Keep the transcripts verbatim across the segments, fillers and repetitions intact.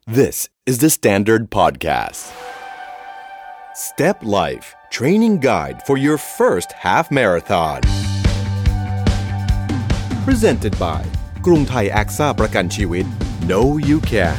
This is the Standard Podcast. Step Life Training Guide for your first half marathon. Presented by กรุงไทย แอคซ่า ประกันชีวิต Know You Can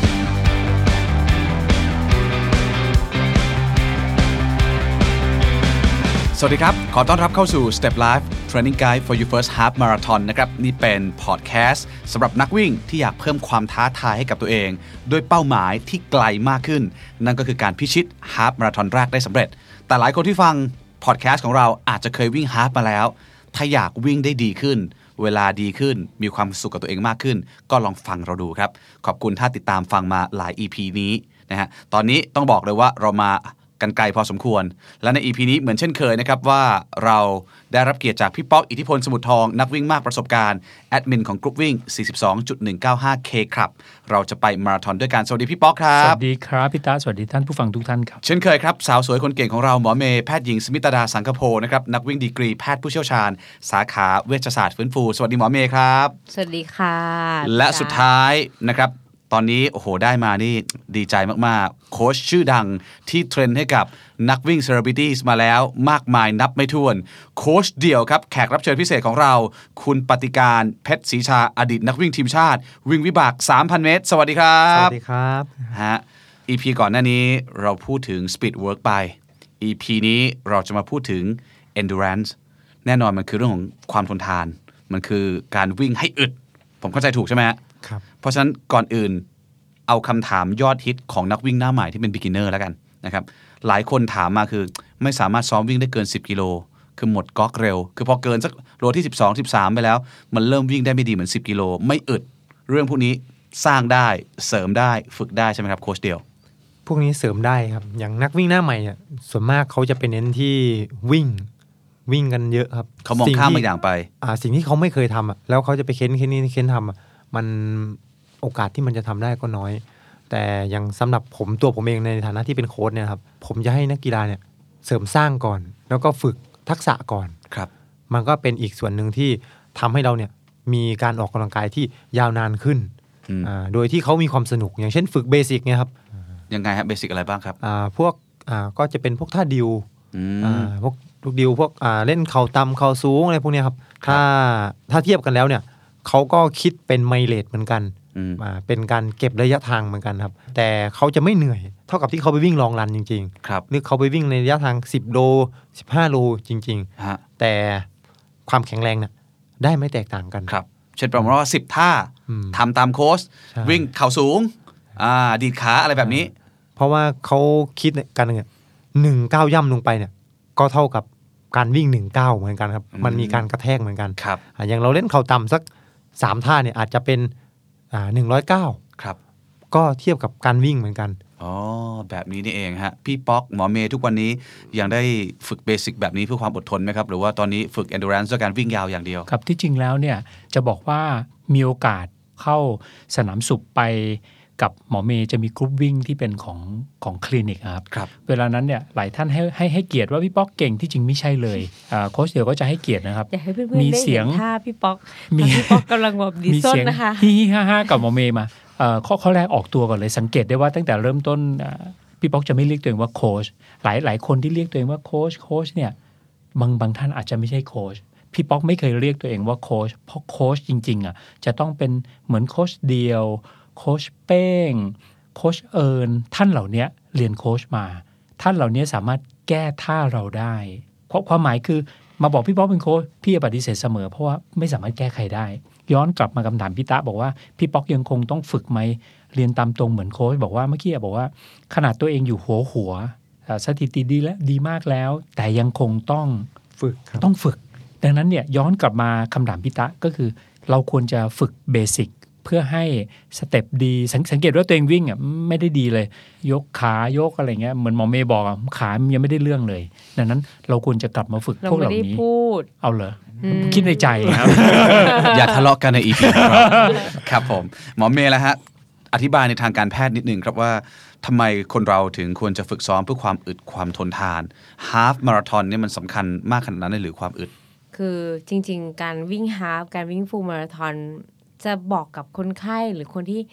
สวัสดีครับขอต้อนรับเข้าสู่ Step Life Training Guide for your first half marathon นะครับนี่เป็นพอดแคสต์สำหรับนักวิ่งที่อยากเพิ่มความท้าทายให้กับตัวเองด้วยเป้าหมายที่ไกลมากขึ้นนั่นก็คือการพิชิต half marathon แรกได้สำเร็จแต่หลายคนที่ฟังพอดแคสต์ของเราอาจจะเคยวิ่ง half มาแล้วถ้าอยากวิ่งได้ดีขึ้นเวลาดีขึ้นมีความสุขกับตัวเองมากขึ้นก็ลองฟังเราดูครับขอบคุณถ้าติดตามฟังมาหลาย อี พี นี้นะฮะตอนนี้ต้องบอกเลยว่าเรามากันไกลพอสมควรและใน อี พี นี้เหมือนเช่นเคยนะครับว่าเราได้รับเกียรติจากพี่ป๊อกอิทธิพลสมุทรทองนักวิ่งมากประสบการณ์แอดมินของกรุ๊ปวิ่ง สี่สิบสองจุดหนึ่งเก้าห้า เค ครับเราจะไปมาราธอนด้วยกันสวัสดีพี่ป๊อกครับสวัสดีครับพี่ตาสวัสดีท่านผู้ฟังทุกท่านครับเช่นเคยครับสาวสวยคนเก่งของเราหมอเมย์แพทย์หญิงสมิตดาสังคโพนะครับนักวิ่งดีกรีแพทย์ผู้เชี่ยวชาญสาขาเวชศาสตร์ฟื้นฟูสวัสดีหมอเมย์ครับสวัสดีค่ะและสุดท้ายนะครับตอนนี้โอ้โหได้มานี่ดีใจมากๆโค้ชชื่อดังที่เทรนให้กับนักวิ่งเซเลบริตี้มาแล้วมากมายนับไม่ถ้วนโค้ชเดี่ยวครับแขกรับเชิญพิเศษของเราคุณปฏิการเพชรศรีชาอดีตนักวิ่งทีมชาติวิ่งวิบาก สามพัน เมตรสวัสดีครับสวัสดีครับฮะ อี พี ก่อนหน้านี้เราพูดถึง Speed Work ไป อี พี นี้เราจะมาพูดถึง Endurance แน่นอนมันคือเรื่องของความทนทานมันคือการวิ่งให้อึดผมเข้าใจถูกใช่ไหมครับเพราะฉะนั้นก่อนอื่นเอาคำถามยอดฮิตของนักวิ่งหน้าใหม่ที่เป็น beginner แล้วกันนะครับหลายคนถามมาคือไม่สามารถซ้อมวิ่งได้เกินสิบกิโลคือหมดก๊อกเร็วคือพอเกินสักโลที่สิบสอง สิบสามไปแล้วมันเริ่มวิ่งได้ไม่ดีเหมือนสิบกิโลไม่อึดเรื่องพวกนี้สร้างได้เสริมได้ฝึกได้ใช่ไหมครับโค้ชเดียวพวกนี้เสริมได้ครับอย่างนักวิ่งหน้าใหม่เนี่ยส่วนมากเขาจะไปเน้นที่วิ่งวิ่งกันเยอะครับเขามองข้ามบางอย่างไปอ่าสิ่งที่เขาไม่เคยทำอ่ะแล้วเขาจะไปเค้นเค้นนี่เค้นทำอ่ะมันโอกาสที่มันจะทำได้ก็น้อยแต่อย่างสำหรับผมตัวผมเองในฐานะที่เป็นโค้ชเนี่ยครับผมจะให้นักกีฬาเนี่ยเสริมสร้างก่อนแล้วก็ฝึกทักษะก่อนครับมันก็เป็นอีกส่วนหนึ่งที่ทำให้เราเนี่ยมีการออกกำลังกายที่ยาวนานขึ้นอ่าโดยที่เขามีความสนุกอย่างเช่นฝึกเบสิกเนี่ยครับยังไงครับเบสิกอะไรบ้างครับอ่าพวกอ่าก็จะเป็นพวกท่าดิวอ่าพวกลูกดิวพวกอ่าเล่นเข่าต่ำเข่าสูงอะไรพวกนี้ครับถ้าถ้าเทียบกันแล้วเนี่ยเขาก็คิดเป็นไมเลจเหมือนกันอ่าเป็นการเก็บระยะทางเหมือนกันครับแต่เขาจะไม่เหนื่อยเท่ากับที่เขาไปวิ่งลองรันจริงๆครับหรือเขาไปวิ่งในระยะทางสิบโลสิบห้าโลจริงๆแต่ความแข็งแรงเนี่ยได้ไม่แตกต่างกันครับเช่นประมาณว่าสิบท่าทำตามโค้ชวิ่งเข่าสูงอ่าดีดขาอะไรแบบนี้เพราะว่าเขาคิดกันเนี่ยหนึ่งก้าวย่ำลงไปเนี่ยก็เท่ากับการวิ่งหนึ่งก้าวเหมือนกันครับมันมีการกระแทกเหมือนกันครับอย่างเราเล่นเข่าต่ำสักสามท่าเนี่ยอาจจะเป็นอ่าหนึ่งร้อยเก้าครับก็เทียบกับการวิ่งเหมือนกันอ๋อแบบนี้นี่เองฮะพี่ป๊อกหมอเมย์ทุกวันนี้ยังได้ฝึกเบสิกแบบนี้เพื่อความอดทนไหมครับหรือว่าตอนนี้ฝึก endurance ด้วยการวิ่งยาวอย่างเดียวครับที่จริงแล้วเนี่ยจะบอกว่ามีโอกาสเข้าสนามสุขไปกับหมอเมย์จะมีกรุ๊ปวิ่งที่เป็นของของคลินิกครับครับเวลานั้นเนี่ยหลายท่านให้ให้ให้เกียรติว่าพี่ป๊อกเก่งที่จริงไม่ใช่เลยอ่าโค้ชเดี๋ยวก็จะให้เกียรตินะครับอยากให้เพื่อนๆได้เห็นท่าพี่ป๊อกมีพี่ป๊อกกำลังแบบดีส้นนะคะฮีฮีฮ่าฮ่ากับหมอเมย์มาเอ่อข้อข้อแรกออกตัวก่อนเลยสังเกตได้ว่าตั้งแต่เริ่มต้นพี่ป๊อกจะไม่เรียกตัวเองว่าโค้ชหลายหลายคนที่เรียกตัวเองว่าโค้ชโค้ชเนี่ยบางบางท่านอาจจะไม่ใช่โค้ชพี่ป๊อกไม่เคยเรียกตัวเองว่าโค้ชเพราะโค้ชจริงๆอ่ะจะต้องเป็นเหมือนโค้ชเดียวโค้ชเป้งโค้ชเอิญท่านเหล่านี้เรียนโค้ชมาท่านเหล่านี้สามารถแก้ท่าเราได้เพราะความหมายคือมาบอกพี่ป๊อกเป็นโค้ชพี่ปฏิเสธเสมอเพราะว่าไม่สามารถแก้ไขได้ย้อนกลับมาคำถามพี่ตะบอกว่าพี่ป๊อกยังคงต้องฝึกไหมเรียนตามตรงเหมือนโค้ชบอกว่าเมื่อกี้บอกว่าขนาดตัวเองอยู่หัวหัวสถิติดีและดีมากแล้วแต่ยังคงต้องฝึกต้องฝึกดังนั้นเนี่ยย้อนกลับมาคำถามพี่ตะก็คือเราควรจะฝึกเบสิกเพื่อให้สเต็ปดีสสังเกตว่าตัวเองวิ่งอ่ะไม่ได้ดีเลยยกขายกอะไรเงี้ยเหมือนหมอเมย์บอกขายังไม่ได้เรื่องเลยดังนั้นเราควรจะกลับมาฝึกพวกเหล่านี้เอาเหรอคิดในใจครับอย่าทะเลาะกันใน อี พี ครับผมหมอเมย์แล้วฮะอธิบายในทางการแพทย์นิดนึงครับว่าทำไมคนเราถึงควรจะฝึกซ้อมเพื่อความอึดความทนทานฮาล์ฟมาราธอนเนี่ยมันสำคัญมากขนาดนั้นเลยหรือความอึดคือจริงๆการวิ่งฮาล์ฟการวิ่งฟูลมาราธอนจะบอกกับคนไข้หรือคนที่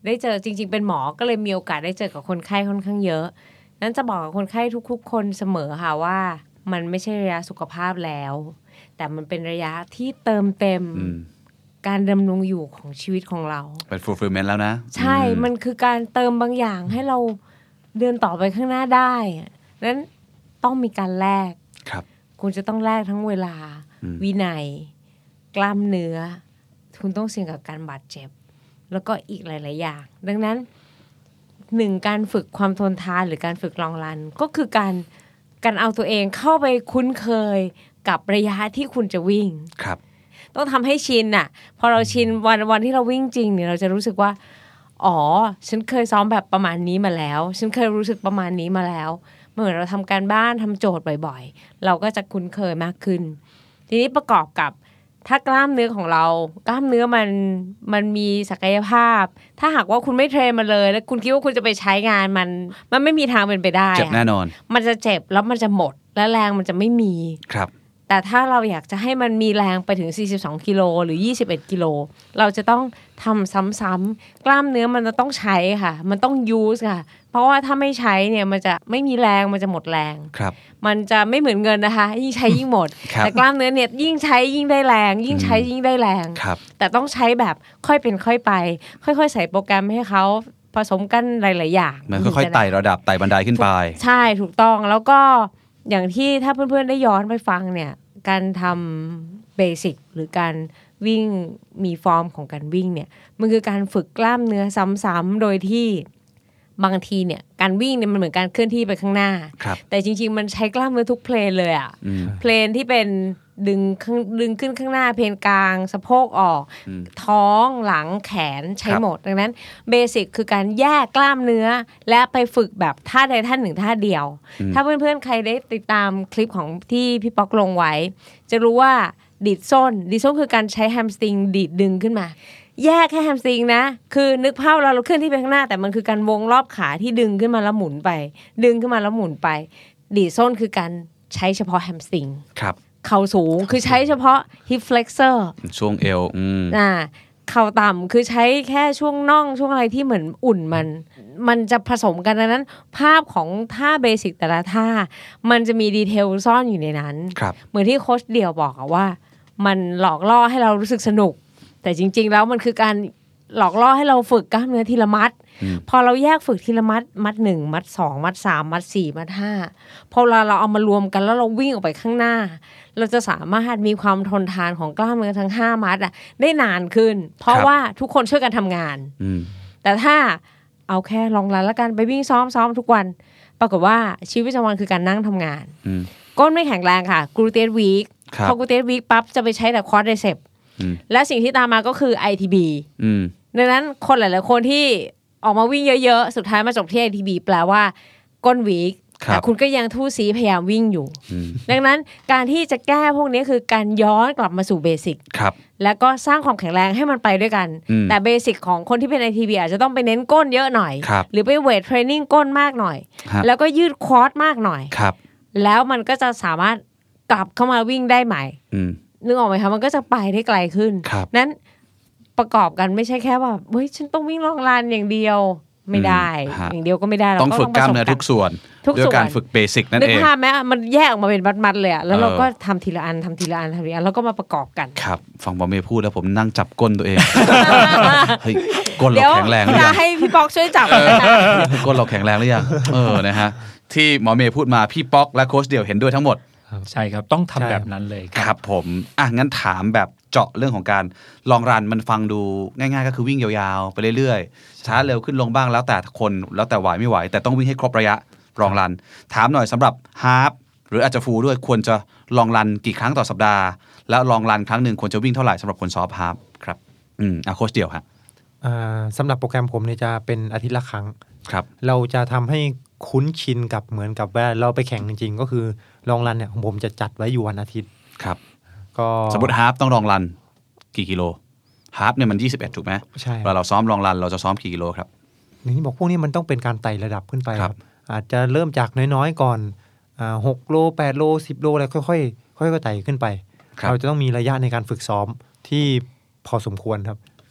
ได้เจอจริงๆเป็นหมอก็เลยมีโอกาสได้เจอกับคนไข้ค่อนข้างเยอะนั้นจะบอกกับคนไข้ทุกๆคนเสมอค่ะว่ามันไม่ใช่ระยะสุขภาพแล้วแต่มันเป็นระยะที่เติมเต็มการดำรงอยู่ของชีวิตของเราเป็น fulfillment แล้วนะใช่มันคือการเติมบางอย่างให้เราเดินต่อไปข้างหน้าได้นั้นต้องมีการแลกคุณจะต้องแลกทั้งเวลาวินัยกล้ามเนื้อคุณต้องเสี่ยงกับการบาดเจ็บแล้วก็อีกหลายๆอย่างดังนั้นหนึ่งการฝึกความทนทานหรือการฝึกลองรันก็คือการการเอาตัวเองเข้าไปคุ้นเคยกับระยะที่คุณจะวิ่งครับต้องทำให้ชินน่ะพอเราชินวันวันที่เราวิ่งจริงเนี่ยเราจะรู้สึกว่าอ๋อฉันเคยซ้อมแบบประมาณนี้มาแล้วฉันเคยรู้สึกประมาณนี้มาแล้วเมื่อเราทำการบ้านทำโจทย์บ่อยๆเราก็จะคุ้นเคยมากขึ้นทีนี้ประกอบกับถ้ากล้ามเนื้อของเรากล้ามเนื้อมันมันมีศักยภาพถ้าหากว่าคุณไม่เทรนมาเลยแล้วคุณคิดว่าคุณจะไปใช้งานมันมันไม่มีทางเป็นไปได้เจ็บแน่นอนมันจะเจ็บแล้วมันจะหมดและแรงมันจะไม่มีครับแต่ถ้าเราอยากจะให้มันมีแรงไปถึงสี่สิบสองกิโลหรือยี่สิบเอ็ดกิโลเราจะต้องทำซ้ำๆกล้ามเนื้อมันจะต้องใช้ค่ะมันต้องยูสค่ะเพราะว่าถ้าไม่ใช้เนี่ยมันจะไม่มีแรงมันจะหมดแรงครับมันจะไม่เหมือนเงินนะคะยิ่งใช้ยิ่งหมดแต่กล้ามเนื้อเนี่ยยิ่งใช้ยิ่งได้แรงยิ่งใช้ยิ่งได้แรงแต่ต้องใช้แบบค่อยเป็นค่อยไปค่อยๆใส่โปรแกรมให้เขาผสมกันหลายๆอย่างมันค่อยๆไต่ระดับไต่บันไดขึ้นไปใช่ถูกต้องแล้วก็อย่างที่ถ้าเพื่อนๆได้ย้อนไปฟังเนี่ยการทำเบสิกหรือการวิ่งมีฟอร์มของการวิ่งเนี่ยมันคือการฝึกกล้ามเนื้อซ้ำๆโดยที่บางทีเนี่ยการวิ่งเนี่ยมันเหมือนการเคลื่อนที่ไปข้างหน้าแต่จริงๆมันใช้กล้ามเนื้อทุกเพลนเลยอ่ะเพลนที่เป็นดึงดึงขึ้นข้างหน้าเพลนกลางสะโพกออกท้องหลังแขนใช้หมดดังนั้นเบสิกคือการแยกกล้ามเนื้อและไปฝึกแบบท่าใดท่าหนึ่งท่าเดียวถ้าเพื่อนๆใครได้ติดตามคลิปของที่พี่ป๊อกลงไว้จะรู้ว่าดีดส้นดีดส้นคือการใช้แฮมสตริงดีดดึงขึ้นมาแยกแค่แฮมสตริงนะคือนึกภาพเราเราเคลื่อนที่ไปข้างหน้าแต่มันคือการวงรอบขาที่ดึงขึ้นมาแล้วหมุนไปดึงขึ้นมาแล้วหมุนไปดีดส้นคือการใช้เฉพาะแฮมสตริงครับเข่าสูงคือใช้เฉพาะ hip flexor ช่วงเอวอืมอ่าเข่าต่ำคือใช้แค่ช่วงน่องช่วงอะไรที่เหมือนอุ่นมันมันจะผสมกันดังนั้นภาพของท่าเบสิกแต่ละท่ามันจะมีดีเทลซ่อนอยู่ในนั้นเหมือนที่โค้ชเดี่ยวบอกว่ามันหลอกล่อให้เรารู้สึกสนุกแต่จริงๆแล้วมันคือการหลอกล่อให้เราฝึกกล้ามเนื้อทีละมัดพอเราแยกฝึกทีละมัดมัดหนึ่งมัดสองมัดสามมัดสี่มัดห้าพอเราเราเอามารวมกันแล้วเราวิ่งออกไปข้างหน้าเราจะสามารถมีความทนทานของกล้ามเนื้อทั้งห้ามัดอ่ะได้นานขึ้นเพราะว่าทุกคนช่วยกันทำงานแต่ถ้าเอาแค่ลองรันแล้วกันไปวิ่งซ้อมซ้อมทุกวันปรากฏว่าชีวิตประจำวันคือการนั่งทำงานก้นไม่แข็งแรงค่ะกลูเตสวีคพอกลูเตสวีคปั๊บจะไปใช้แต่คอร์ดไดเซปและสิ่งที่ตามมาก็คือ ไอ ที บี ดังนั้นคนหลายๆคนที่ออกมาวิ่งเยอะๆสุดท้ายมาจบที่ ไอ ที บี แปลว่าก้นวีคแต่คุณก็ยังทู่ซีพยายามวิ่งอยู่ดังนั้นการที่จะแก้พวกนี้คือการย้อนกลับมาสู่เบสิกแล้วก็สร้างความแข็งแรงให้มันไปด้วยกันแต่เบสิกของคนที่เป็น ไอ ที บี อาจจะต้องไปเน้นก้นเยอะหน่อยหรือไปเวทเทรนนิ่งก้นมากหน่อยแล้วก็ยืดควอดมากหน่อยแล้วมันก็จะสามารถกลับเข้ามาวิ่งได้ใหม่นึกออกไหมคะมันก็จะไปได้ไกลขึ้นนั้นประกอบกันไม่ใช่แค่ว่าเฮ้ยฉันต้องวิ่งลองรันอย่างเดียวไม่ได้อย่างเดียวก็ไม่ได้ต้องฝึกกล้ามเนื้อทุกส่วนด้วยการฝึกเบสิกนั่นเองนึกภาพไหมมันแยกออกมาเป็นมัดๆเลยอะแล้วเราก็ทำทีละอันทำทีละอันทำทีละอันแล้วก็มาประกอบกันครับฟังหมอเมย์พูดแล้วผมนั่งจับก้นตัวเองเฮ้ยก้นเราแข็งแรงหรือยังให้พี่ป๊อกช่วยจับก้นเราแข็งแรงหรือยังเออนะฮะที่หมอเมย์พูดมาพี่ป๊อกและโค้ชเดี่ยวเห็นด้วยทั้งหมดใช่ครับต้องทำแบบนั้นเลยครับผมอ่ะงั้นถามแบบเจาะเรื่องของการลองรันมันฟังดูง่ายๆก็คือวิ่งยาวๆไปเรื่อยๆช้าเร็วขึ้นลงบ้างแล้วแต่คนแล้วแต่ไหวไม่ไหวแต่ต้องวิ่งให้ครบระยะลองรันถามหน่อยสำหรับฮาล์ฟหรืออาจจะฟูลด้วยควรจะลองรันกี่ครั้งต่อสัปดาห์แล้วลองรันครั้งหนึ่งควรจะวิ่งเท่าไหร่สำหรับคนซอฟต์ฮาล์ฟครับอืมอ่ะโค้ชเดี่ยวครับอ่าสำหรับโปรแกรมผมเนี่ยจะเป็นอาทิตย์ละครั้งครับเราจะทำให้คุ้นชินกับเหมือนกับว่าเราไปแข่งจริงๆก็คือลองรันเนี่ยของผมจะจัดไว้อยู่วันอาทิตย์ครับก็สมมติฮาล์ฟต้องลองรันกี่กิโลฮาล์ฟเนี่ยมันยี่สิบเอ็ดถูกไหมใช่เวลาเราซ้อมลองรันเราจะซ้อมกี่กิโลครับอย่างที่บอกพวกนี้มันต้องเป็นการไต่ระดับขึ้นไปครับอาจจะเริ่มจากน้อยๆก่อนอ่าหกโลแปดโลสิบโลอะไรค่อยๆค่อยๆไต่ขึ้นไปเราจะต้องมีระยะในการฝึกซ้อมที่พอสมควรครับท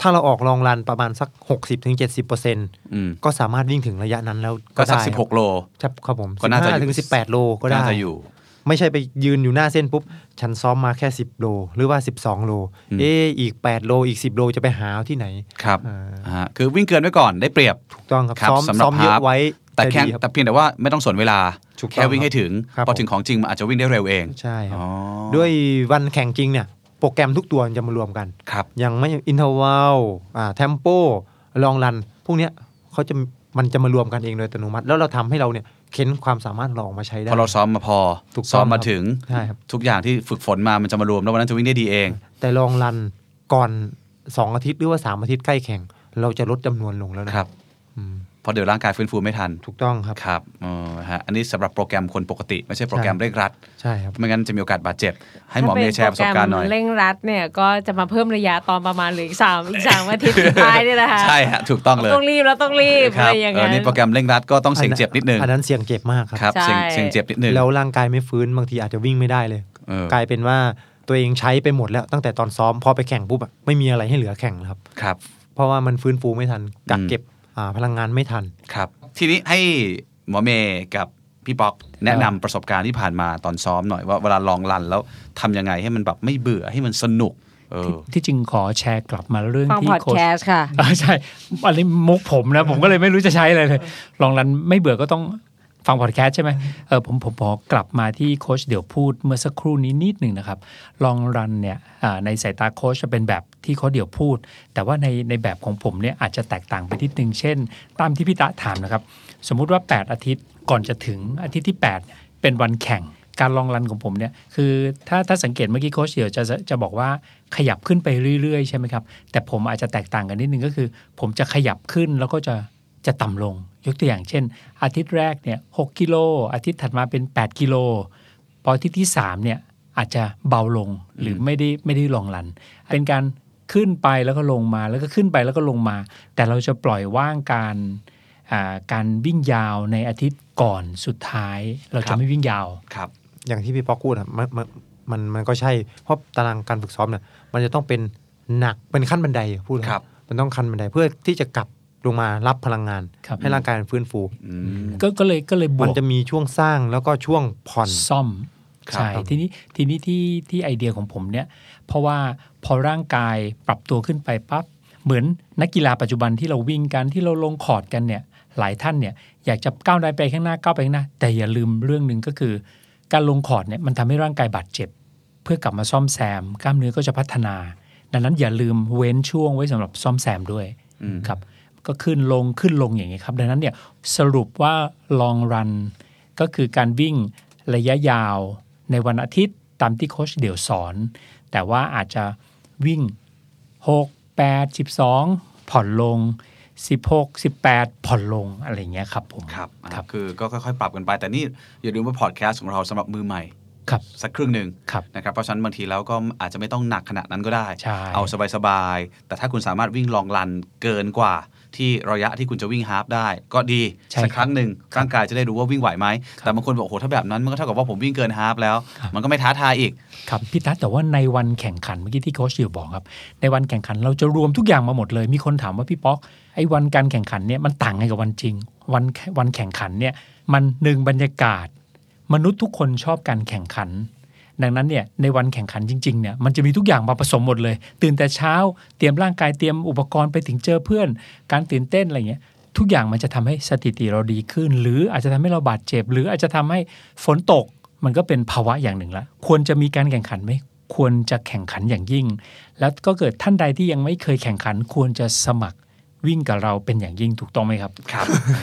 ถ้าเราออกลองรันประมาณสัก หกสิบถึงเจ็ดสิบเปอร์เซ็นต์อืมก็สามารถวิ่งถึงระยะนั้นแล้วก็สักสิบหกโลครับผมก็น่าจะถึงสิบแปดโลก็ได้น่าจะอยู่ไม่ใช่ไปยืนอยู่หน้าเส้นปุ๊บฉันซ้อมมาแค่สิบโลหรือว่าสิบสองโลเอออีกแปดโลอีกสิบโลจะไปหาที่ไหนครับอ่าคือวิ่งเกินไว้ก่อนได้เปรียบถูกต้องครับซ้อมซ้อมเยอะไว้แต่แค่แต่เพียงแต่ว่าไม่ต้องสนเวลาแค่วิ่งให้ถึงพอถึงของจริงมันอาจจะวิ่งได้เร็วเองใช่ครับด้วยวันแข่งจริงเนี่ยโปรแกรมทุกตัวจะมารวมกันอย่างไม่อินเทอร์วัลอ่าเทมโปลองรันพวกเนี้ยเขาจะมันจะมารวมกันเองโดยอัตโนมัติแล้วเราทำให้เราเนี่ยเค้นความสามารถเราออกมาใช้ได้พอเราซ้อมมาพอซ้อมมาถึงทุกอย่างที่ฝึกฝนมามันจะมารวมแล้ววันนั้นจะวิ่งได้ดีเองแต่ลองรันก่อนสองอาทิตย์หรือว่าสามอาทิตย์ใกล้แข่งเราจะลดจำนวนลงแล้วนะครับเพราะเดี๋ยวร่างกายฟื้นฟูไม่ทันถูกต้องครับครับอ๋อฮะอันนี้สำหรับโปรแกรมคนปกติไม่ใช่โปรแกรมเร่งรัดใช่ครับไม่งั้นจะมีโอกาสบาดเจ็บให้หมอเมย์แชร์ประสบการณ์หน่อยเร่งรัดเนี่ยก็จะมาเพิ่มระยะตอนประมาณเหลืออีกสามอีกสามอาทิตย์สุดท้ายนี่แหละค่ะใช่ฮะถูกต้องเลยต้องรีบแล้วต้องรีบอะไรอย่างเงี้ยนี่โปรแกรมเร่งรัดก็ต้องเสี่ยงเจ็บนิดนึงอันนั้นเสี่ยงเจ็บมากครับเสี่ยงเสี่ยงเจ็บนิดนึงแล้วร่างกายไม่ฟื้นบางทีอาจจะวิ่งไม่ได้เลยกลายเป็นว่าตัวเองใช้ไปหมดแล้วตั้งแต่ตอนซ้อมพอไปแข่งปุ๊บอะไม่มีอะไรให้เหลือแข่งครับครับเพราะว่ามันฟื้นฟูไม่ทันกักเก็บพลังงานไม่ทันครับทีนี้ให้หมอเมย์กับพี่ป๊อกแนะนำประสบการณ์ที่ผ่านมาตอนซ้อมหน่อยว่าเวลาลองรันแล้วทำยังไงให้มันแบบไม่เบื่อให้มันสนุกเออที่จริงขอแชร์กลับมาเรื่องที่โค้ชค่ะใช่อันนี้มุกผมนะผมก็เลยไม่รู้จะใช้อะไรเลยลองรันไม่เบื่อก็ต้องฟังพอดแคสต์ใช่ไหมเออผมผมขอกลับมาที่โค้ชเดี๋ยวพูดเมื่อสักครู่นี้นิดหนึ่งนะครับลองรันเนี่ยในสายตาโค้ชจะเป็นแบบที่เขาเดี๋ยวพูดแต่ว่าในในแบบของผมเนี่ยอาจจะแตกต่างไปนิดนึงเช่นตามที่พี่ตะถามนะครับสมมุติว่าแปดอาทิตย์ก่อนจะถึงอาทิตย์ที่แปดเป็นวันแข่งการลองรันของผมเนี่ยคือถ้าถ้าสังเกตเมื่อกี้โค้ชเดี๋ยวจะจะบอกว่าขยับขึ้นไปเรื่อยๆใช่ไหมครับแต่ผมอาจจะแตกต่างกันนิดนึงก็คือผมจะขยับขึ้นแล้วก็จะจะต่ำลงยกตัวอย่างเช่นอาทิตย์แรกเนี่ยหกกิโลอาทิตย์ถัดมาเป็นแปดกิโลพออาทิตย์ที่สามเนี่ยอาจจะเบาลงหรือไม่ได้ไม่ได้ลองรันเป็นการขึ้นไปแล้วก็ลงมาแล้วก็ขึ้นไปแล้วก็ลงมาแต่เราจะปล่อยว่างการการวิ่งยาวในอาทิตย์ก่อนสุดท้ายเราจะไม่วิ่งยาวครับอย่างที่พี่ป๊อกพูดอะมันมันมันมันก็ใช่เพราะตารางการฝึกซ้อมเนี่ยมันจะต้องเป็นหนักเป็นขั้นบันไดพูดครับมันต้องขั้นบันไดเพื่อที่จะกลับลงมารับพลังงานให้ร่างกายมันฟื้นฟูก็ก็เลยก็เลยบวกมันจะมีช่วงสร้างแล้วก็ช่วงผ่อนซ่อมใช่ทีนี้ทีนี้ที่ที่ไอเดียของผมเนี่ยเพราะว่าพอร่างกายปรับตัวขึ้นไปปั๊บเหมือนนักกีฬาปัจจุบันที่เราวิ่งกันที่เราลงคอร์ดกันเนี่ยหลายท่านเนี่ยอยากจะก้าวไปข้างหน้าก้าวไปข้างหน้าแต่อย่าลืมเรื่องนึงก็คือการลงคอร์ดเนี่ยมันทำให้ร่างกายบาดเจ็บเพื่อกลับมาซ่อมแซมกล้ามเนื้อก็จะพัฒนาดังนั้นอย่าลืมเว้นช่วงไว้สำหรับซ่อมแซมด้วยครับก็ขึ้นลงขึ้นลงอย่างนี้ครับดังนั้นเนี่ยสรุปว่า long run ก็คือการวิ่งระยะยาวในวันอาทิตย์ตามที่โค้ชเดี่ยวสอนแต่ว่าอาจจะวิ่งหก แปด สิบสองผ่อนลงสิบหก สิบแปดผ่อนลงอะไรอย่างเงี้ยครับผมครับครับคือก็ค่อยๆปรับกันไปแต่นี่อย่าลืมว่าพอดแคสต์ของเราสำหรับมือใหม่สักครึ่งหนึ่งนะครับเพราะฉะนั้นบางทีแล้วก็อาจจะไม่ต้องหนักขนาดนั้นก็ได้เอาสบายๆแต่ถ้าคุณสามารถวิ่งลองรันเกินกว่าที่ระยะที่คุณจะวิ่งฮาล์ฟได้ก็ดีสักครั้งหนึ่งร่างกายจะได้รู้ว่าวิ่งไหวไหมแต่บางคนบอกโอ้โหถ้าแบบนั้นมันก็เท่ากับว่าผมวิ่งเกินฮาล์ฟแล้วมันก็ไม่ท้าทายอีกครับพี่ทัศน์แต่ว่าในวันแข่งขันเมื่อกี้ที่โค้ชอยู่บอกครับในวันแข่งขันเราจะรวมทุกอย่างมาหมดเลยมีคนถามว่าพี่ป๊อกไอ้วันการแข่งขันเนี่ยมันต่างไงกับวันจริงวันวันแข่งขันเนี่ยมันหนึ่งบรรยากาศมนุษย์ทุกคนชอบการแข่งขันดังนั้นเนี่ยในวันแข่งขันจริงๆเนี่ยมันจะมีทุกอย่างมาผสมหมดเลยตื่นแต่เช้าเตรียมร่างกายเตรียมอุปกรณ์ไปถึงเจอเพื่อนการตื่นเต้นอะไรเงี้ยทุกอย่างมันจะทำให้สถิติเราดีขึ้นหรืออาจจะทำให้เราบาดเจ็บหรืออาจจะทำให้ฝนตกมันก็เป็นภาวะอย่างหนึ่งละควรจะมีการแข่งขันไหมควรจะแข่งขันอย่างยิ่งแล้วก็เกิดท่านใดที่ยังไม่เคยแข่งขันควรจะสมัครวิ่งกับเราเป็นอย่างยิ่งถูกต้องไหมครับครับ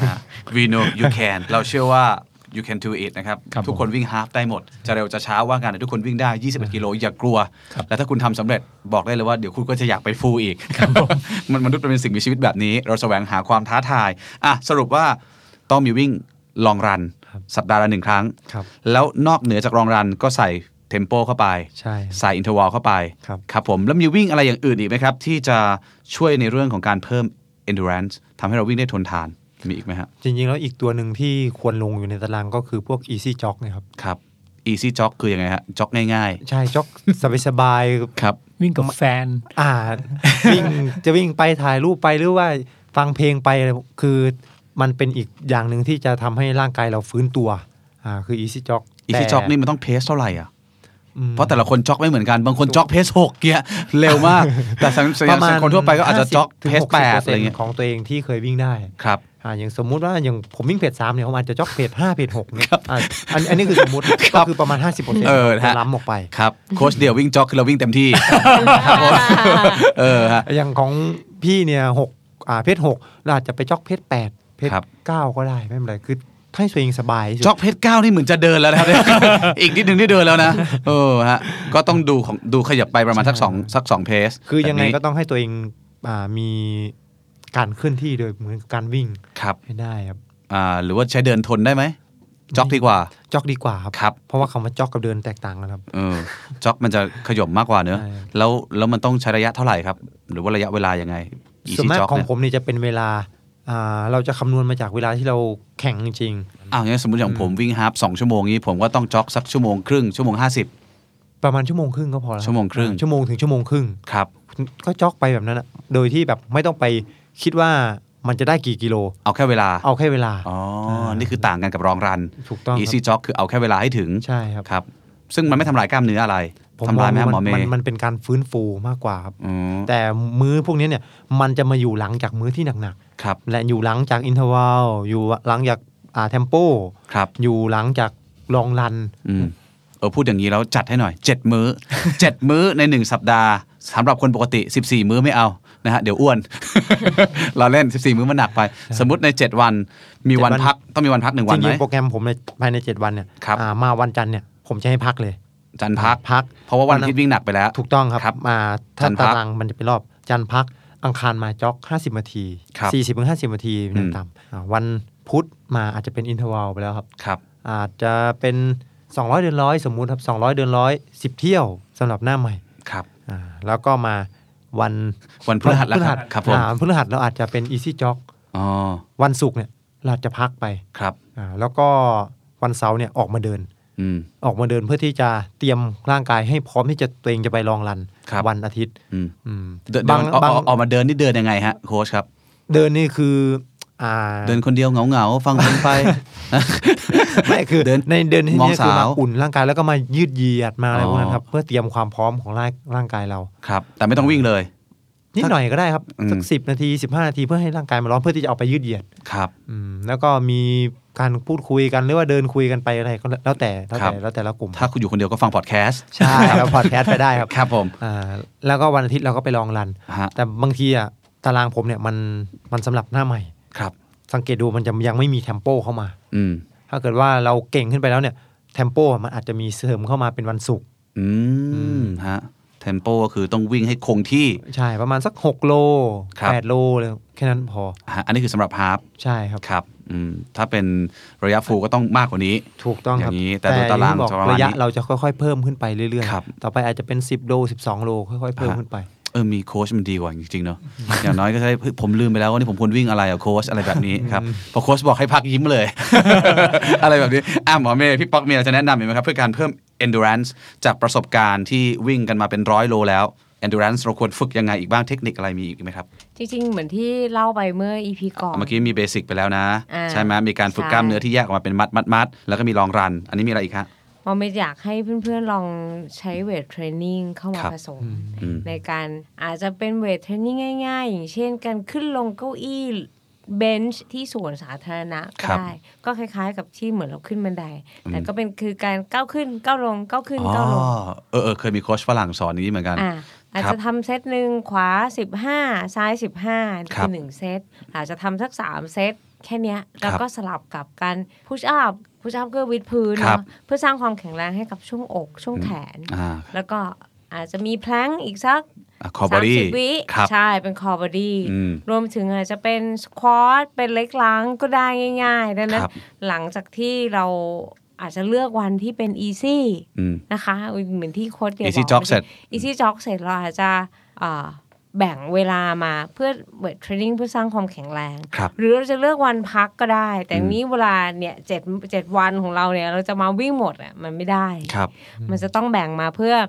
We know you can เราเชื่อว่าyou can do it นะครับทุกคนวิ่งฮาล์ฟได้หมดจะเร็วจะช้าว่ากันทุกคนวิ่งได้ยี่สิบเอ็ดกิโลอย่ากลัวและถ้าคุณทำสำเร็จบอกได้เลยว่าเดี๋ยวคุณก็จะอยากไปฟูลอีกมันมนุษย์เป็นสิ่งมีชีวิตแบบนี้เราแสวงหาความท้าทายอ่ะสรุปว่าต้องมีวิ่งลองรันสัปดาห์ละหนึ่งครั้งแล้วนอกเหนือจากลองรันก็ใส่เทมโปเข้าไปใส่อินเทอร์วัลเข้าไปครับผมแล้วมีวิ่งอะไรอย่างอื่นอีกไหมครับที่จะช่วยในเรื่องของการเพิ่ม endurance ทำให้เราวิ่งได้ทนทานมีอีกไหมครับจริงๆแล้วอีกตัวหนึ่งที่ควรลงอยู่ในตารางก็คือพวก easy jog นะครับครับ easy jog คือยังไงฮะจ็อกง่ายๆใช่จ็อกสบายๆมวิ่งกับแฟนอ่าวิ่งจะวิ่งไปถ่ายรูปไปหรือว่าฟังเพลงไปคือมันเป็นอีกอย่างหนึ่งที่จะทำให้ร่างกายเราฟื้นตัวอ่าคือ Easy Jog Easy Jog นี่มันต้องเพสเท่าไหร่อ่ะเพราะแต่ละคนจ็อกไม่เหมือนกันบางคนจ็อกเพสหกเกียร์เร็วมากแต่สำหรับคนทั่วไปก็อาจจะจ็อกเพสแปดอะไรเงี้ยของตัวเองที่เคยวิ่งได้ครับอ่าอย่างสมมุติว่าอย่างผมวิ่งเพจสามเนี่ยผมอาจจะจ็อกเพจห้าเพจหกเนี่ยอ่าอันอันนี้คือสมมุติก็คือประมาณ ห้าสิบเปอร์เซ็นต์เออฮะล้ำออกไปครับโค้ชเดี่ยววิ่งจ็อกคือเราวิ่งเต็มที่เออฮะอย่างของพี่เนี่ยหกอ่าเพจหกเราอาจจะไปจ็อกเพจแปดเพจเก้าก็ได้ไม่เป็นไรคือให้ตัวเองสบายจ็อกเพจเก้านี่เหมือนจะเดินแล้วนะครับ อีกนิดนึงได้เดินแล้วนะเออฮะก็ต้องดูของดูขยับไปประมาณสักสองสักสองเพจคือยังไงก็ต้องให้ตัวเองอ่ามีการเคลื่อนที่โดยเหมือนการวิ่งให้ได้ครับอ่าหรือว่าใช้เดินทนได้ไหมจ็อกดีกว่าจ็อกดีกว่าครับครับเพราะว่าคำว่าจ็อกกับเดินแตกต่างกันครับเออจ็อกมันจะขย่มมากกว่าเนอะแล้วแล้วมันต้องใช้ระยะเท่าไหร่ครับหรือว่าระยะเวลายังไงส่วนมากของผมนี่จะเป็นเวลาอ่าเราจะคำนวณมาจากเวลาที่เราแข่งจริงๆอ้าวงั้นสมมติอย่างผมวิ่งฮาล์ฟสองชั่วโมงนี้ผมก็ต้องจ็อกสักชั่วโมงครึ่งชั่วโมงห้าสิบประมาณชั่วโมงครึ่งก็พอแล้วชั่วโมงครึ่งชั่วโมงถึงชั่วโมงครึ่งครับก็จ็อกไปแบบนั้นนะโดยที่แบบไม่ต้องไปคิดว่ามันจะได้กี่กิโลเอาแค่เวลาเอาแค่เวลาอ๋อนี่คือต่างกันกับรองรันถูกต้อง Easy Jog คือเอาแค่เวลาให้ถึงใช่ครับครับซึ่งมันไม่ทำลายกล้ามเนื้ออะไรทำลายไหมหมอเมย์มันเป็นการฟื้นฟูมากกว่าครับแต่มื้อพวกนี้เนี่ยมันจะมาอยู่หลังจากมื้อที่หนักๆครับและอยู่หลังจากอินเทอร์วัลอยู่หลังจากอ่าเทมโปครับอยู่หลังจากลองรันเออพูดอย่างนี้แล้วจัดให้หน่อยเจ็ดมื้อเจ็ดมื้อในหนึ่งสัปดาห์สำหรับคนปกติสิบสี่มื้อไม่เอานะฮะเดี๋ยวอ้วน เราเล่นสิบสี่มื้อมันหนักไปสมมุติในเจ็ดวันมีวันพักต้องมีวันพักหนึ่งวันไหมจริงๆโปรแกรมผมในภายในเจ็ดวันเนี่ยมาวันจันทร์เนี่ยผมจะให้พักเลยจันทร์พักพักเพราะว่าวันอาทิตย์วิ่งหนักไปแล้วถูกต้องครับมาถ้าตารางมันจะเป็นรอบจันทร์พักอังคารมาจ็อกห้าสิบนาที สี่สิบถึงห้าสิบนาทีอย่างต่ำวันพุธมาอาจจะเป็นอินเทอร์วัลไปแล้วครับครับอาจจะเป็นสองร้อยเดือนร้อยสมมุติครับสองร้อยเดือนร้อยสิบเที่ยวสำหรับหน้าใหม่ครับอ่าแล้วก็มาวันวันพฤหัสแล้วครับผมพฤหัสเราอาจจะเป็น Easy Jog อ๋อวันศุกร์เนี่ยเราจะพักไปครับอ่าแล้วก็วันเสาร์เนี่ยออกมาเดินออกมาเดินเพื่อที่จะเตรียมร่างกายให้พร้อมที่จะตัวเองจะไปลองรันวันอาทิตย์บางบางออกมาเดินนี่เดินยังไงฮะโค้ชครับเดินนี่คือเดินคนเดียวเหงาๆฟังเพลงไปไม่คือเดินในเดินที่นี่คือมาอุ่นร่างกายแล้วก็มายืดเหยียดมาอะไรพวกนั้นครับเพื่อเตรียมความพร้อมของร่างกายเราครับแต่ไม่ต้องวิ่งเลยนิดหน่อยก็ได้ครับสักสิบนาทีสิบห้านาทีเพื่อให้ร่างกายมันร้อนเพื่อที่จะเอาไปยืดเหยียดครับแล้วก็มีการพูดคุยกันหรือว่าเดินคุยกันไปอะไรก็แล้วแต่แล้วแต่แล้วแต่ละกลุ่มถ้าคุณอยู่คนเดียวก็ฟังพอดแคสต์ใช่ครับพอดแคสต์ไปได้ครับครับผมแล้วก็วันอาทิตย์เราก็ไปลองรันแต่บางทีอ่ะตารางผมเนี่ยมันมันสำหรับหน้าใหม่ครับสังเกตดูมันจะยังไม่มีเทมโปเข้ามาถ้าเกิดว่าเราเก่งขึ้นไปแล้วเนี่ยเทมโปมันอาจจะมีเสริมเข้ามาเป็นวันศุกร์อืมฮะเทมโปก็คือต้องวิ่งให้คงที่ใช่ประมาณสักหกโลแปดโลเลยแค่นั้นพออันนี้คือสำหรับฮาล์ฟใช่ครับครับถ้าเป็นระยะฟูลก็ต้องมากกว่านี้ถูกต้องครับอย่างนี้แต่ตัวตารางระยะเราจะค่อยๆเพิ่มขึ้นไปเรื่อยๆต่อไปอาจจะเป็นสิบโลสิบสองโลค่อยๆเพิ่มขึ้นไปเออมีโค้ชมันดีกว่าจริงๆเนาะอย่างน้อยก็ใช่ผมลืมไปแล้วว่านี่ผมควรวิ่งอะไรอ่ะโค้ชอะไรแบบนี้ครับพอโค้ชบอกให้พักยิ้มเลย อะไรแบบนี้อ่ะหมอเมย์พี่ป๊อกมีอะไรจะแนะนำไหมครับเพื่อการเพิ่ม endurance จากประสบการณ์ที่วิ่งกันมาเป็นร้อยโลแล้ว endurance เราควรฝึกยังไงอีกบ้างเทคนิคอะไรมีอีกไหมครับจริงๆเหมือนที่เล่าไปเมื่อ อี พี ก่อนเมื่อกี้มีเบสิกไปแล้วนะใช่ไหมมีการฝึกกล้ามเนื้อที่แยกออกมาเป็นมัดมัดมัดแล้วก็มีลองรันอันนี้มีอะไรอีกครับมอไม่อยากให้เพื่อนๆลองใช้เวทเทรนนิ่งเข้ามาผสมในการอาจจะเป็นเวทเทรนนิ่งง่ายๆอย่างเช่นการขึ้นลงเก้าอี้เบนช์ที่สวนสาธารณะก็ได้ก็คล้ายๆกับที่เหมือนเราขึ้นบันไดแต่ก็เป็นคือการก้าวขึ้นก้าวลงก้าวขึ้นก้าวลงเออเออเคยมีโค้ชฝรั่งสอนนี้เหมือนกันอ่าอาจจะทำเซตหนึ่งขวาสิบห้าซ้ายสิบห้าคือหนึ่งเซตอาจจะทำสักสามเซตแค่นี้แล้วก็สลับกับการพุชอัพพุชอัพก็วิดพื้นเนาะเพื่อสร้างความแข็งแรงให้กับช่วงอกช่วงแขนแล้วก็อาจจะมีแพลงอีกสักสามสิบวิใช่เป็นคอร์บอดี้รวมถึงอาจจะเป็นสควอตเป็นเล็กล้างก็ได้ง่ายๆดังนั้นหลังจากที่เราอาจจะเลือกวันที่เป็นอีซี่นะคะเหมือนที่โค้ชเดียวบอก Easy Jog เสร็จ Easy Jog เสร็จเราอาจจะแบ่งเวลามาเพื่อเวทเทรนนิ่งเพื่อสร้างความแข็งแรงหรือเราจะเลือกวันพักก็ได้แต่นี้เวลาเนี่ยเจ็ดเจ็ดวันของเราเนี่ยเราจะมาวิ่งหมดอ่ะมันไม่ได้มันจะต้องแบ่งมาเพื่อ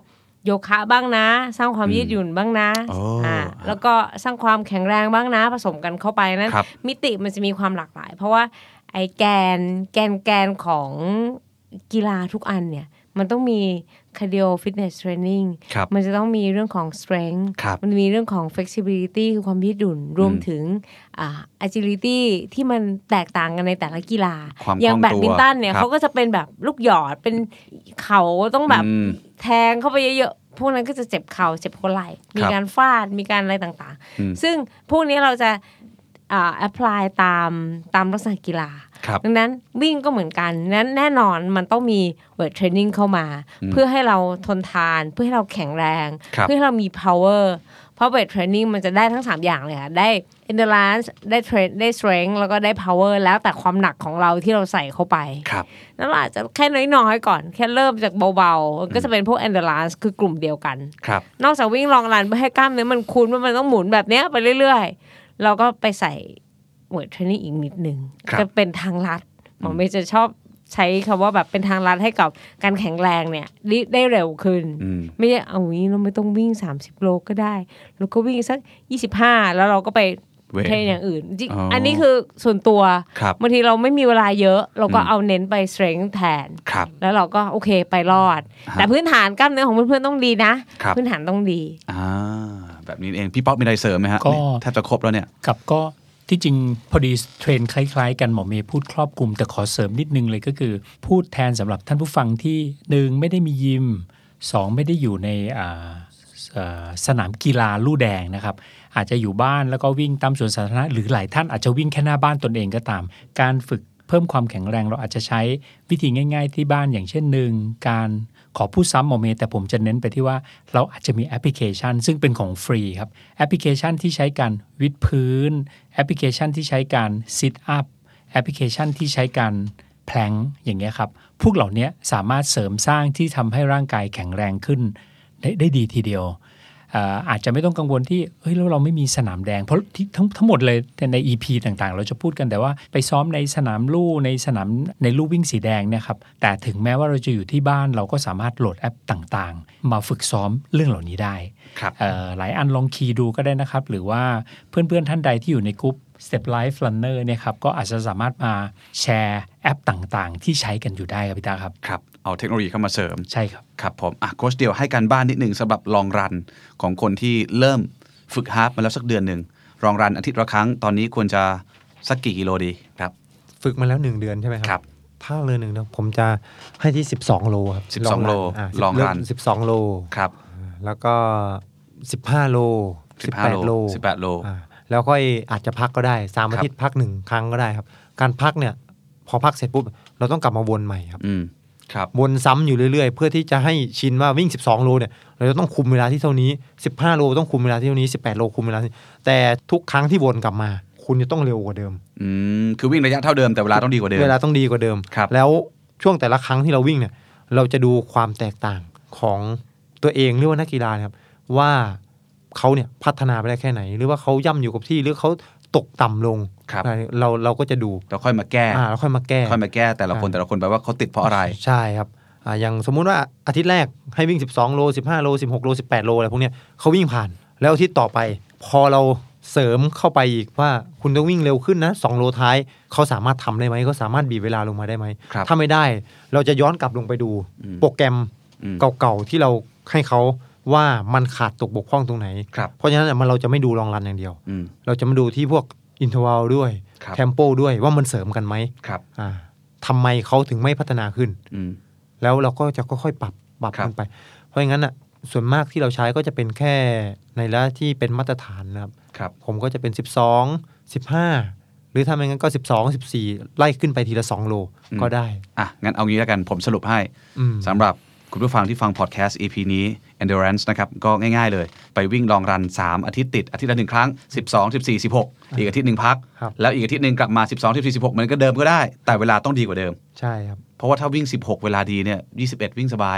โยคะบ้างนะสร้างความยืดหยุ่นบ้างนะอ่าแล้วก็สร้างความแข็งแรงบ้างนะผสมกันเข้าไปนั้นมิติมันจะมีความหลากหลายเพราะว่าไอ้แกนแกนแกนของกีฬาทุกอันเนี่ยมันต้องมี cardio fitness training มันจะต้องมีเรื่องของ strength มันมีเรื่องของ flexibility คือความยืดหยุ่นรวมถึงอ่า agility ที่มันแตกต่างกันในแต่ละกีฬาอย่างแบดมินตันเนี่ยเขาก็จะเป็นแบบลูกหยอดเป็นเข่าต้องแบบแทงเข้าไปเยอะๆพวกนั้นก็จะเจ็บเข่าเจ็บหัวไหล่มีการฟาดมีการอะไรต่างๆซึ่งพวกนี้เราจะอ่า apply ตามตามลักษณะกีฬาดังนั้นวิ่งก็เหมือนกันนั้นแน่นอนมันต้องมี weight training เข้ามาเพื่อให้เราทนทานเพื่อให้เราแข็งแรงเพื่อให้เรามี power เพราะ weight training มันจะได้ทั้งสามอย่างเลยค่ะได้ endurance ได้ strength ได้ strength แล้วก็ได้ power แล้วแต่ความหนักของเราที่เราใส่เข้าไปนั่นอาจจะแค่น้อยๆก่อนแค่เริ่มจากเบาๆก็จะเป็นพวก endurance คือกลุ่มเดียวกันนอกจากวิ่งลองรันเพื่อให้กล้ามเนื้อมันคุ้นว่ามันต้องหมุนแบบเนี้ยไปเรื่อยๆเราก็ไปใส่weight training อีกนิดนึงจะเป็นทางลัดหมอเมย์จะชอบใช้คำว่าแบบเป็นทางลัดให้กับการแข็งแรงเนี่ยได้เร็วขึ้นไม่ใช่เอางี้เราไม่ต้องวิ่งสามสิบโลก็ได้เราก็วิ่งสักยี่สิบห้าแล้วเราก็ไปเทรนอย่างอื่นจริงอันนี้คือส่วนตัวบางทีเราไม่มีเวลาเยอะเราก็เอาเน้นไป strength แทนแล้วเราก็โอเคไปรอดแต่พื้นฐานกล้ามเนื้อของเพื่อนๆต้องดีนะพื้นฐานต้องดีแบบนี้เองพี่ป๊อกมีอะไรเสริมไหมฮะแทบจะครบแล้วเนี่ยกับก็ที่จริงพอดีเทรนคล้ายๆกันหมอเมย์พูดครอบคลุมแต่ขอเสริมนิดนึงเลยก็คือพูดแทนสำหรับท่านผู้ฟังที่หนึ่งไม่ได้มียิมสองไม่ได้อยู่ในสนามกีฬาลู่แดงนะครับอาจจะอยู่บ้านแล้วก็วิ่งตามสวนสาธารณะหรือหลายท่านอาจจะวิ่งแค่หน้าบ้านตนเองก็ตามการฝึกเพิ่มความแข็งแรงเราอาจจะใช้วิธีง่ายๆที่บ้านอย่างเช่นหนึ่งการขอพูดซ้ำหมอเมย์แต่ผมจะเน้นไปที่ว่าเราอาจจะมีแอปพลิเคชันซึ่งเป็นของฟรีครับแอปพลิเคชันที่ใช้การวิดพื้นแอปพลิเคชันที่ใช้การซิทอัพแอปพลิเคชันที่ใช้การแพลงอย่างเงี้ยครับพวกเหล่านี้สามารถเสริมสร้างที่ทำให้ร่างกายแข็งแรงขึ้นได้ได้ดีทีเดียวอาจจะไม่ต้องกังวลที่เฮ้ยแล้วเราไม่มีสนามแดงเพราะทั้งทั้งหมดเลยใน อี พี ต่างๆเราจะพูดกันแต่ว่าไปซ้อมในสนามลู่ในสนามในลู่วิ่งสีแดงเนี่ยครับแต่ถึงแม้ว่าเราจะอยู่ที่บ้านเราก็สามารถโหลดแอปต่างๆมาฝึกซ้อมเรื่องเหล่านี้ได้หลายอันลองคีย์ดูก็ได้นะครับหรือว่าเพื่อนๆท่านใดที่อยู่ในกลุ่ม Step Life Runner เนี่ยครับก็อาจจะสามารถมาแชร์แอปต่างๆที่ใช้กันอยู่ได้ครับพี่ตาครับครับเอาเทคโนโลยีเข้ามาเสริมใช่ครับครับผมอ่ะโค้ชเดียวให้การบ้านนิดนึงสำหรับลองรันของคนที่เริ่มฝึกฮาล์ฟมาแล้วสักเดือนหนึ่งลองรันอาทิตย์ละครั้งตอนนี้ควรจะสักกี่กิโลดีครับฝึกมาแล้วหนึ่งเดือนใช่ไหมครับถ้าเลยหนึ่งนะผมจะให้ที่สิบสองโลครับสิบสองโลลองรันสิบสองโลครับแล้วก็สิบห้าโลสิบแปดโลสิบแปดโลแล้วก็อาจจะพักก็ได้สามอาทิตย์พักหนึ่งครั้งก็ได้ครับการพักเนี่ยพอพักเสร็จปุ๊บเราต้องกลับมาวนใหม่ครับวนซ้ำอยู่เรื่อยๆเพื่อที่จะให้ชินว่าวิ่งสิบสองโลเนี่ยเราจะต้องคุมเวลาที่เท่านี้สิบห้าโลต้องคุมเวลาที่เท่านี้สิบแปดโลคุมเวลาแต่ทุกครั้งที่วนกลับมาคุณจะต้องเร็วกว่าเดิมอืมคือวิ่งระยะเท่าเดิมแต่เวลาต้องดีกว่าเดิมเวลาต้องดีกว่าเดิมแล้วช่วงแต่ละครั้งที่เราวิ่งเนี่ยเราจะดูความแตกต่างของตัวเองหรือว่านักกีฬาครับว่าเขาเนี่ยพัฒนาไปได้แค่ไหนหรือว่าเขาย่ำอยู่กับที่หรือเขาตกต่ำลงเราเราก็จะดูเราค่อยมาแก้เราค่อยมาแก้ค่อยมาแก้แต่ละคนแต่ละคนแปลว่าเขาติดเพราะอะไรใช่ครับอย่างสมมุติว่าอาทิตย์แรกให้วิ่งสิบสองโลสิบห้าโลสิบหกโลสิบแปดโลอะไรพวกเนี้ยเขาวิ่งผ่านแล้วอาทิตย์ต่อไปพอเราเสริมเข้าไปอีกว่าคุณต้องวิ่งเร็วขึ้นนะสองโลท้ายเขาสามารถทำได้ไหมเขาสามารถบีบเวลาลงมาได้ไหมถ้าไม่ได้เราจะย้อนกลับลงไปดูโปรแกรมเก่าๆที่เราให้เขาว่ามันขาดตกบกพร่องตรงไหนเพราะฉะนั้นมันเราจะไม่ดูลองรันอย่างเดียวเราจะมาดูที่พวกอินเทอร์วัลด้วยเทมโปด้วยว่ามันเสริมกันไหมทำไมเขาถึงไม่พัฒนาขึ้นแล้วเราก็จะค่อยๆปรับปรับกันไปเพราะงั้นอ่ะส่วนมากที่เราใช้ก็จะเป็นแค่ในระดับที่เป็นมาตรฐานนะครับผมก็จะเป็นสิบสอง สิบห้าหรือถ้าไม่งั้นก็สิบสอง สิบสี่ไล่ขึ้นไปทีละสองโลก็ได้อ่ะงั้นเอางี้แล้วกันผมสรุปให้สำหรับคุณผู้ฟังที่ฟังพอดแคสต์ อี พี นี้ Endurance นะครับก็ง่ายๆเลยไปวิ่งลองรันสามอาทิตย์ติดอาทิตย์ละหนึ่งครั้งสิบสอง สิบสี่ สิบหกอีกอาทิตย์นึงพักแล้วอีกอาทิตย์นึงกลับมาสิบสอง สิบสี่ สิบหกมันก็เดิมก็ได้แต่เวลาต้องดีกว่าเดิมใช่ครับเพราะว่าถ้าวิ่งสิบหกเวลาดีเนี่ยยี่สิบเอ็ดวิ่งสบายอ่ะ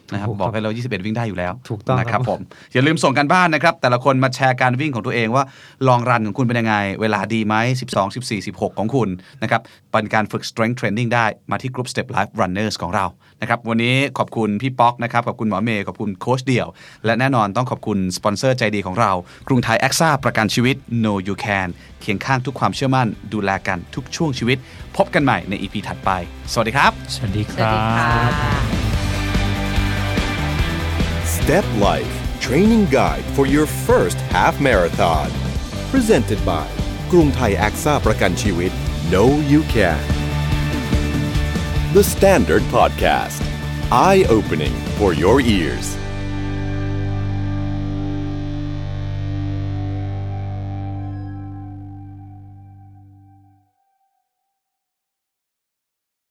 นะครับบอกให้เรายี่สิบเอ็ดวิ่งได้อยู่แล้วถูกต้องนะครับผมอย่าลืมส่งกันบ้านนะครับแต่ละคนมาแชร์การวิ่งของตัวเองว่าลองรันของคุณเป็นยังไงเวลาดีไหมสิบสอง สิบสี่ สิบหกของคุณนะครับเป็นการฝึก strength training ได้มาที่ Group Step Life Runners ของเรานะครับวันนี้ขอบคุณพี่ป๊อกนะครับขอบคุณหมอเมย์ขอบคุณโค้ชเดี่ยวและแน่นอนต้องขอบคุณสปอนเซอร์ใจดีของเรากรุงไทยแอคซ่าประกันชีวิต Know You Can เคียงข้างทุกความเชื่อมั่นดูแลกันทุกช่วงชีวิตพบกันใหม่ใน อี พี ถัดไปสวัสดีครับสวัสดีคสวัสรัดีค่ะบ Step Life Training Guide for your first half marathon Presented by กรุงไทยแอคซ่าประกันชีวิต Know You Can The Standard Podcast Eye-opening for your ears